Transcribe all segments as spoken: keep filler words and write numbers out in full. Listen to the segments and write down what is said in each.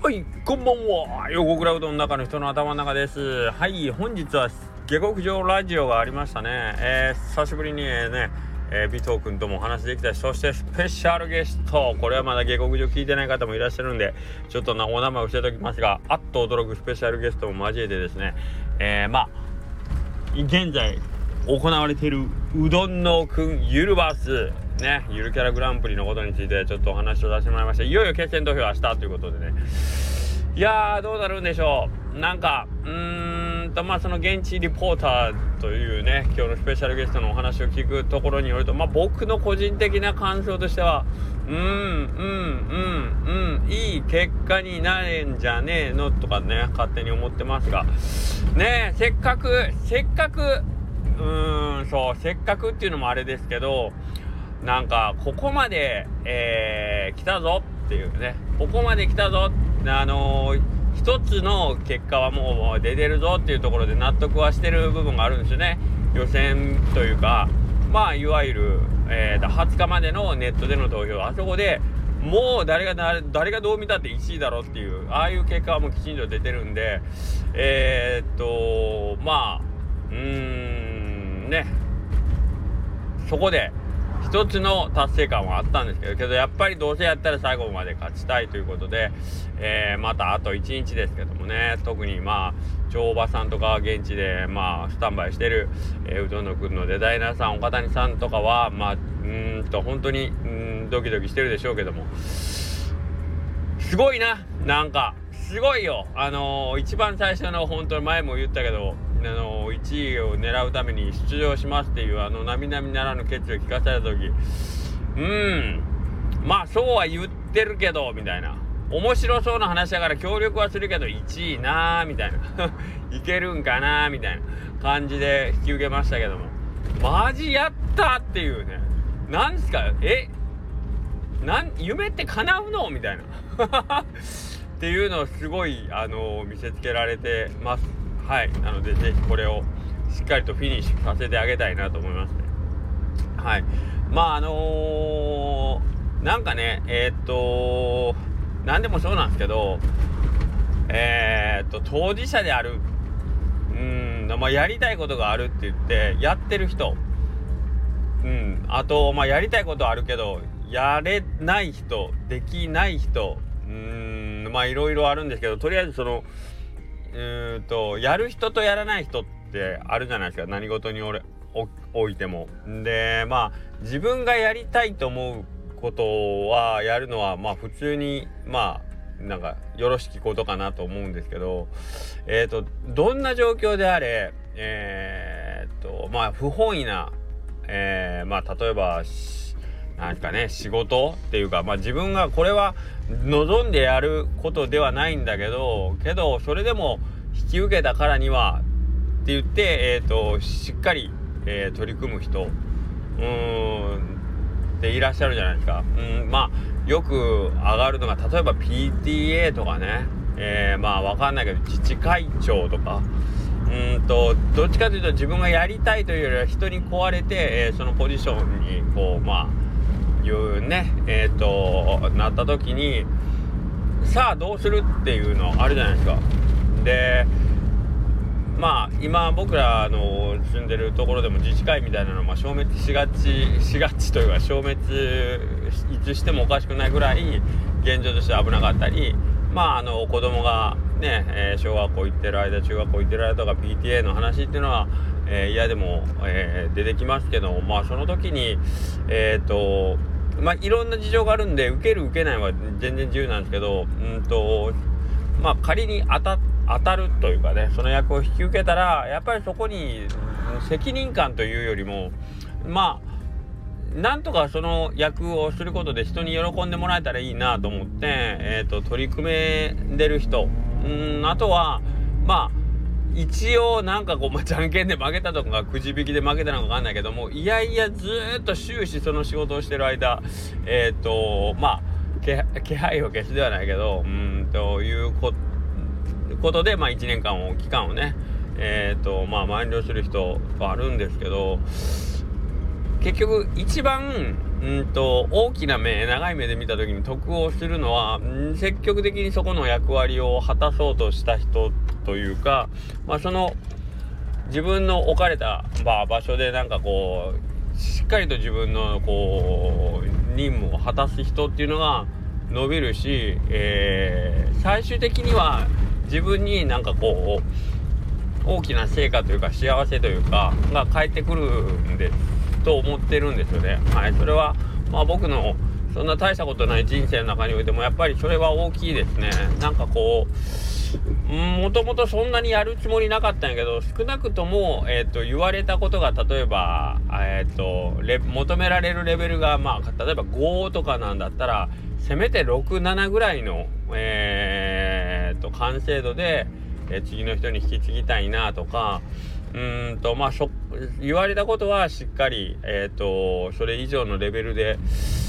はい、こんばんは。横倉うどんの中の人の頭の中です。はい、本日は下克上ラジオがありましたね。えー、久しぶりにね、えー、尾藤くんともお話できたし、そしてスペシャルゲスト、これはまだ下克上聞いてない方もいらっしゃるんで、ちょっとお名前教えておきますが、あっと驚くスペシャルゲストも交えてですね、えー、まあ現在行われているうどんのくんゆるバースね、ゆるキャラグランプリのことについてちょっとお話をさせてもらいました。いよいよ決選投票は明日ということでね、いやーどうなるんでしょう。なんかうーんとまあその現地リポーターというね、今日のスペシャルゲストのお話を聞くところによると、まあ僕の個人的な感想としてはうーんうんうんうんいい結果になれんじゃねえのとかね、勝手に思ってますがね、せっかくせっかくうーんそうせっかくっていうのもあれですけど、なんかここまで、えー、来たぞっていうね、ここまで来たぞ、あのー、一つの結果はもう出てるぞっていうところで納得はしてる部分があるんですよね。予選というか、まあいわゆる、えー、はつかまでのネットでの投票、あそこでもう誰が誰がどう見たっていちいだろうっていう、ああいう結果はもうきちんと出てるんで、えー、っとまあうーんね、そこで一つの達成感はあったんですけど、けどやっぱりどうせやったら最後まで勝ちたいということで、えー、またあといちにちですけどもね、特にまあ長馬さんとか現地でまあスタンバイしてる、えー、うどんのくんのデザイナーさん、岡谷さんとかはまあうーんと本当にうーんドキドキしてるでしょうけども、すごいな、なんかすごいよ。あのー、一番最初の本当に前も言ったけど、あのー、いちいを狙うために出場しますっていうあの並々ならぬ決意を聞かされた時、うーんまあそうは言ってるけどみたいな、面白そうな話だから協力はするけどいちいなーみたいないけるんかなーみたいな感じで引き受けましたけども、マジやったっていうね、なんすかえなん夢って叶うのみたいなっていうのをすごい、あのー、見せつけられてます。はい、なのでぜひこれをしっかりとフィニッシュさせてあげたいなと思いますね。はい、まああのー、なんかねえー、っと何でもそうなんですけど、えー、っと当事者である、うーんまあやりたいことがあるって言ってやってる人、うんあとまあやりたいことあるけどやれない人、できない人、うーんまあいろいろあるんですけど、とりあえずそのうーんとやる人とやらない人ってあるじゃないですか、何事におれおいても。でまあ自分がやりたいと思うことはやるのはまあ普通にまあなんかよろしきことかなと思うんですけど、えーとどんな状況であれえーとまあ不本意な、えー、まあ例えばなんかね仕事っていうか、まあ自分がこれは望んでやることではないんだけどけどそれでも引き受けたからにはって言って、えーとしっかり、えー、取り組む人うーんっていらっしゃるじゃないですか。うんまあよく上がるのが例えば ピーティーエー とかね、えー、まあわかんないけど自治会長とか、うんとどっちかというと自分がやりたいというよりは人に請われて、えー、そのポジションにこうまあいうねえーとなった時にさあどうするっていうのあるじゃないですか。でまあ今僕らの住んでるところでも自治会みたいなのは消滅しがちしがちというか消滅いつしてもおかしくないぐらい現状として危なかったり、まああの子供がね、えー、小学校行ってる間中学校行ってる間とか ピーティーエー の話っていうのはえー、嫌でも、えー、出てきますけど、まあその時にえっとまあいろんな事情があるんで受ける受けないは全然自由なんですけど、うんとまあ仮に当た当たるというかね、その役を引き受けたらやっぱりそこに責任感というよりもまあなんとかその役をすることで人に喜んでもらえたらいいなと思って、えーと取り組めてる人、うんあとはまあ一応なんかこう、まあ、じゃんけんで負けたとかくじ引きで負けたのか分かんないけども、いやいやずーっと終始その仕事をしてる間えっ、ー、とまあ気配を消すではないけどうんというこ、ことでまあいちねんかんを期間をねえっ、ー、とまあ満了する人はあるんですけど、結局一番うんと大きな目長い目で見た時に得をするのは、ん積極的にそこの役割を果たそうとした人というか、まあ、その自分の置かれた、まあ、場所でなんかこうしっかりと自分のこう任務を果たす人っていうのが伸びるし、えー、最終的には自分になんかこう大きな成果というか幸せというかが返ってくるんですと思ってるんですよね。はい、それはまあ僕のそんな大したことない人生の中においてもやっぱりそれは大きいですね。なんかこうもともとそんなにやるつもりなかったんやけど、少なくとも、えーと、言われたことが例えば、えーと、レ求められるレベルが、まあ、例えばごとかなんだったらせめてろく、ななぐらいの、えーと、完成度で、えー、次の人に引き継ぎたいなとか、うーんとまあそ言われたことはしっかり、えーと、それ以上のレベルで、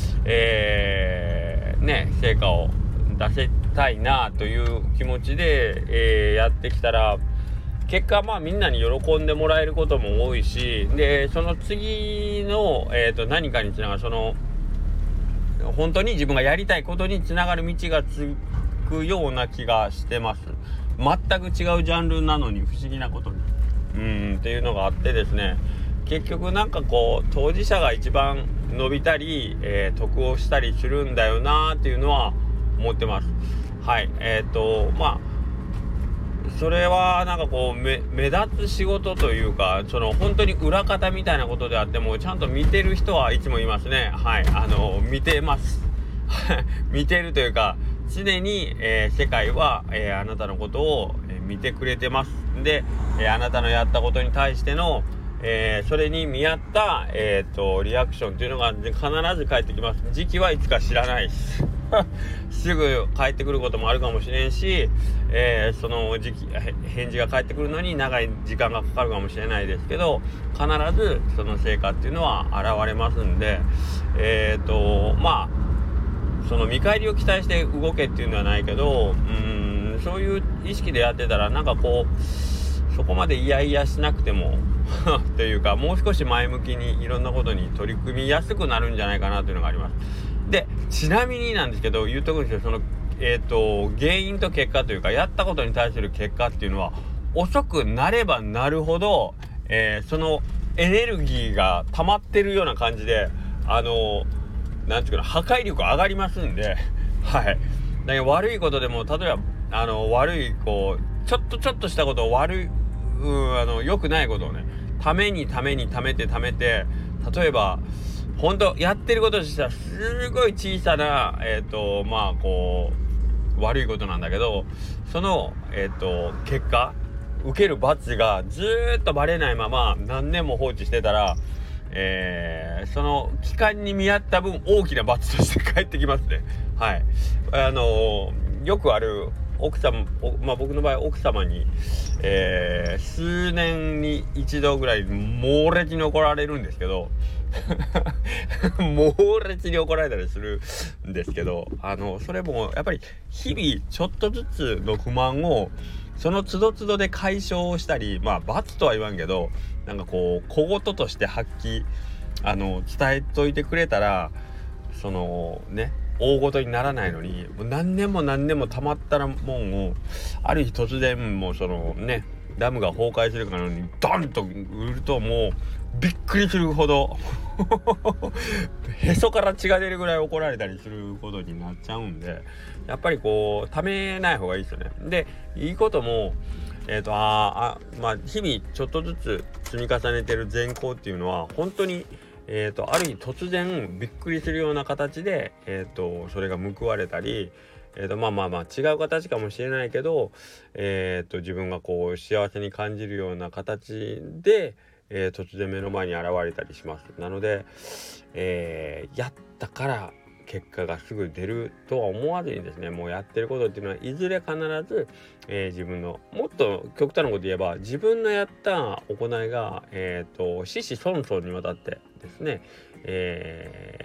えー、ね成果を出せたいなという気持ちで、えー、やってきたら結果まあみんなに喜んでもらえることも多いし、でその次の、えーと、何かにつながるその本当に自分がやりたいことにつながる道がつくような気がしてます。全く違うジャンルなのに不思議なことにうんっていうのがあってですね、結局なんかこう当事者が一番伸びたり、えー、得をしたりするんだよなっていうのは思ってます。はいえー、とまあそれはなんかこう 目, 目立つ仕事というかその本当に裏方みたいなことであってもちゃんと見てる人はいつもいますね。はいあの見てます見てるというか常に、えー、世界は、えー、あなたのことを、えー、見てくれてます。で、えー、あなたのやったことに対しての、えー、それに見合った、えー、とリアクションというのが必ず返ってきます。時期はいつか知らないですすぐ返ってくることもあるかもしれんし、えー、その時期返事が返ってくるのに長い時間がかかるかもしれないですけど、必ずその成果っていうのは現れますんで、えーとまあその見返りを期待して動けっていうのはないけど、うーんそういう意識でやってたらなんかこうそこまでイヤイヤしなくてもというかもう少し前向きにいろんなことに取り組みやすくなるんじゃないかなというのがあります。でちなみになんですけど言うとくんですよ、そのえっと原因と結果というかやったことに対する結果っていうのは遅くなればなるほど、えー、そのエネルギーが溜まってるような感じであのなんていうかな破壊力上がりますんではいだけど悪いことでも例えばあの悪いこうちょっとちょっとしたことを悪いあの良くないことをねためにためにためてためて、例えば本当やってることとしてはすごい小さなえっとまあこう悪いことなんだけど、そのえっと結果受ける罰がずーっとバレないまま何年も放置してたら、えー、その期間に見合った分大きな罰として返ってきますね。はいあのー、よくある奥様、まあ、僕の場合奥様に、えー、数年に一度ぐらい猛烈に怒られるんですけど猛烈に怒られたりするんですけど、あのそれもやっぱり日々ちょっとずつの不満をその都度都度で解消したり、まあ罰とは言わんけどなんかこう小言として発揮あの伝えといてくれたらそのね大事にならないのにもう何年も何年も溜まったらもんをある日突然もうそのねダムが崩壊するかのようにドンと売るともうびっくりするほどへそから血が出るぐらい怒られたりすることになっちゃうんで、やっぱりこうためない方がいいですよね。でいいこともえーとああまあ日々ちょっとずつ積み重ねてる善行っていうのは本当にえーとある日突然びっくりするような形でえーとそれが報われたり、えーとまあまあまあ違う形かもしれないけどえーと自分がこう幸せに感じるような形でえー、突然目の前に現れたりします。なので、えー、やったから結果がすぐ出るとは思わずにですね、もうやってることっていうのはいずれ必ず、えー、自分のもっと極端なこと言えば自分のやった行いが、えーと、子々孫々にわたってですね、え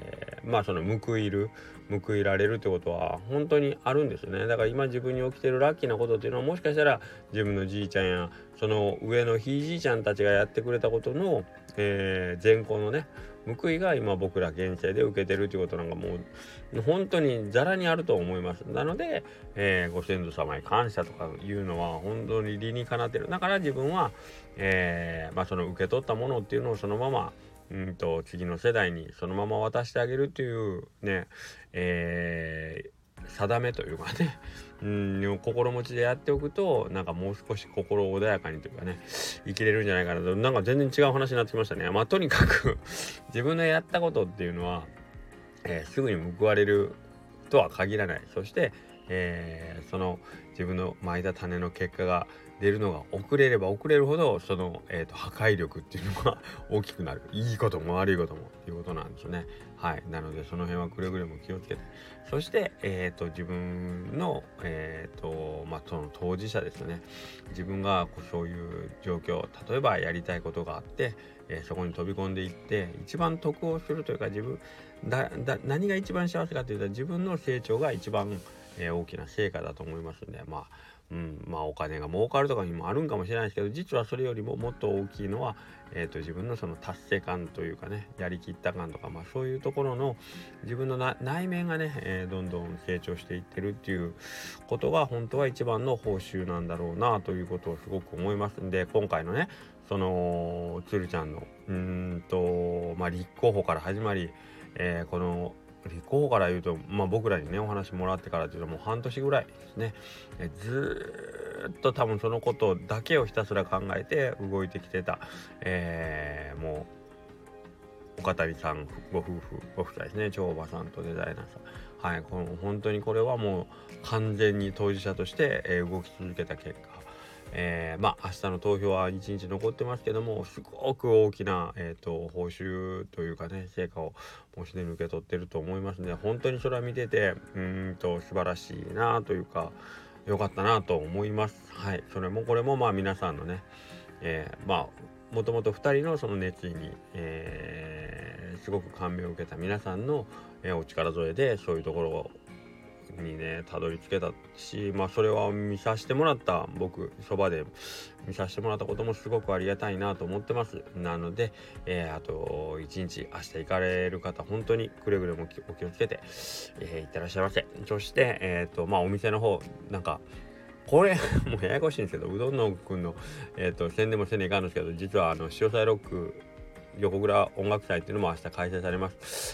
まあその報いる報いられるってことは本当にあるんですよね。だから今自分に起きてるラッキーなことっていうのは、もしかしたら自分のじいちゃんやその上のひいじいちゃんたちがやってくれたことの、えー、善行のね報いが今僕ら現世で受けてるっていうことなんかもう本当にざらにあると思います。なので、えー、ご先祖様に感謝とかいうのは本当に理にかなってる。だから自分は、えー、まあその受け取ったものっていうのをそのままうんと次の世代にそのまま渡してあげるっていうね、えー、定めというかね、うん心持ちでやっておくと、なんかもう少し心穏やかにというかね生きれるんじゃないかなと。なんか全然違う話になってきましたね。まあとにかく自分のやったことっていうのは、えー、すぐに報われるとは限らない。そして、えー、その自分の蒔いた種の結果が出るのが遅れれば遅れるほどその、えーと、破壊力っていうのが大きくなる。いいことも悪いこともっていうことなんですよね。はい。なのでその辺はくれぐれも気をつけて、そして、えーと、自分の、えーとまあ、その当事者ですよね。自分がそういう状況、例えばやりたいことがあって、えー、そこに飛び込んでいって一番得をするというか、自分だだ何が一番幸せかというと自分の成長が一番、えー、大きな成果だと思いますので、まあうん、まあお金が儲かるとかにもあるんかもしれないですけど、実はそれよりももっと大きいのは、えーと、自分のその達成感というかね、やりきった感とか、まあそういうところの自分のな内面がね、えー、どんどん成長していってるっていうことが本当は一番の報酬なんだろうなということをすごく思いますんで、今回のねそのつるちゃんのうーんとまあ立候補から始まり、えー、この立候補から言うと、まあ、僕らにねお話もらってからというともう半年ぐらいですね。えずーっと多分そのことだけをひたすら考えて動いてきてた、えー、もう岡谷さんご夫婦ご夫妻ですね、長馬さんとデザイナーさん、はい、この本当にこれはもう完全に当事者として、えー、動き続けた結果、えー、まあ明日の投票はいちにち残ってますけども、すごく大きな、えーと、報酬というかね成果をもうすでに受け取ってると思いますので、本当にそれは見ててうーんと素晴らしいなというか良かったなと思います。はい、それもこれもまあ皆さんのね、えー、まあもともとふたりのその熱意に、えー、すごく感銘を受けた皆さんの、えー、お力添えでそういうところをにねたどり着けたし、まあそれは見させてもらった僕そばで見させてもらったこともすごくありがたいなと思ってます。なので、えー、あといちにち明日行かれる方本当にくれぐれもお気をつけて、えー、いってらっしゃいませ。そしてえっ、ー、とまあお店の方なんかこれもうややこしいんですけど、うどんのくんのえっ、ー、と宣伝もせねえかんのですけど、実はあの潮騒ロック横倉音楽祭っていうのも明日開催されます。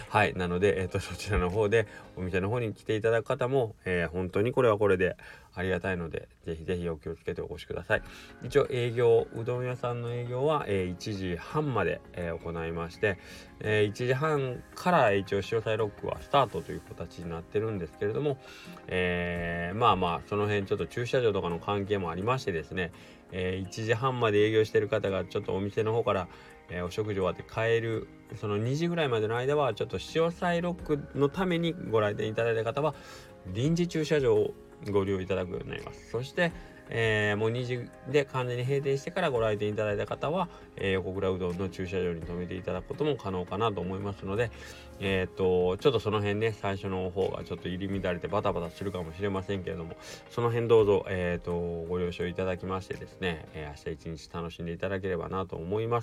はい。なので、えっ、ー、と、そちらの方でお店の方に来ていただく方も、えー、本当にこれはこれでありがたいので、ぜひぜひお気をつけてお越しください。一応営業、うどん屋さんの営業は、えー、いちじはんまで、えー、行いまして、えー、いちじはんから一応潮騒ロックはスタートという形になってるんですけれども、えー、まあまあ、その辺ちょっと駐車場とかの関係もありましてですね、えー、いちじはんまで営業してる方がちょっとお店の方からえー、お食事終わって帰るそのにじぐらいまでの間はちょっと潮騒ロックのためにご来店いただいた方は臨時駐車場をご利用いただくようになります。そして、えー、もうにじで完全に閉店してからご来店いただいた方は、えー、横倉うどんの駐車場に停めていただくことも可能かなと思いますので、えっとちょっとその辺ね最初の方がちょっと入り乱れてバタバタするかもしれませんけれども、その辺どうぞ、えっとご了承いただきましてですね、えー、明日一日楽しんでいただければなと思います。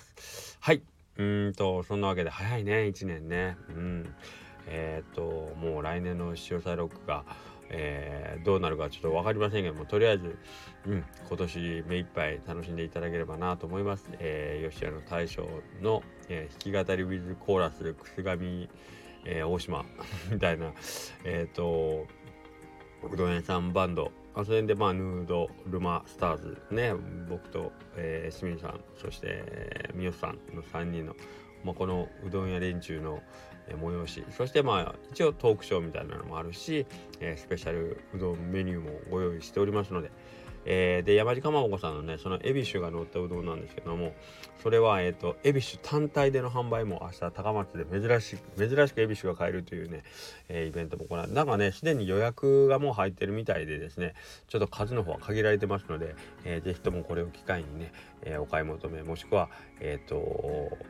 はい、うーんとそんなわけで早いねいちねんね。うんえっともう来年の潮騒ロックがえー、どうなるかちょっと分かりませんけども、とりあえず、うん、今年目いっぱい楽しんでいただければなと思います。えー、吉谷の大将の、えー、弾き語り with コーラスくすがみ、えー、大島みたいなえっ、ー、とうどん屋さんバンド、それでまあヌードルマスターズね、僕と、えー、清水さんそして、えー、三好さんのさんにんの、まあ、このうどん屋連中の催し、そしてまあ一応トークショーみたいなのもあるし、えー、スペシャルうどんメニューもご用意しておりますので、えー、で山地かまぼこさんのねそのエビッシュが乗ったうどんなんですけども、それはえっ、ー、とエビッシュ単体での販売も明日高松で珍しく珍しくエビッシュが買えるというね、えー、イベントも行う。なんかねすでに予約がもう入ってるみたいでですね、ちょっと数の方は限られてますので、えー、ぜひともこれを機会にね、えー、お買い求めもしくはえっ、ー、と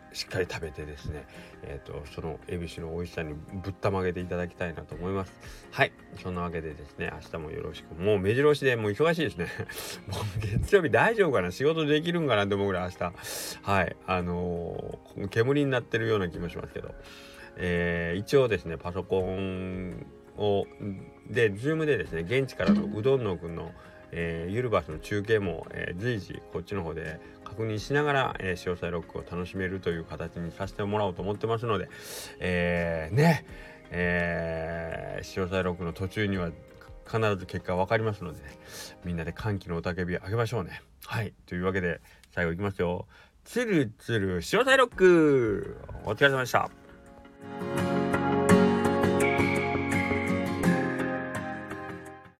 しっかり食べてですね、えーと、そのエビシの美味しさにぶったまげていただきたいなと思います。はい、そんなわけでですね、明日もよろしく。もう目白押しでもう忙しいですねもう月曜日大丈夫かな、仕事できるんかなと思うぐらい明日、はいあのー、煙になってるような気もしますけど、えー、一応ですねパソコンをで Zoom でですね、現地からのうどんのくんのえー、ユルバスの中継も、えー、随時こっちの方で確認しながら、えー、詳細ロックを楽しめるという形にさせてもらおうと思ってますので、えー、ね、えー、詳細ロックの途中には必ず結果分かりますので、ね、みんなで歓喜の雄たけび上げましょうね。はい、というわけで最後いきますよ。つるつる詳細ロック、お疲れ様でした。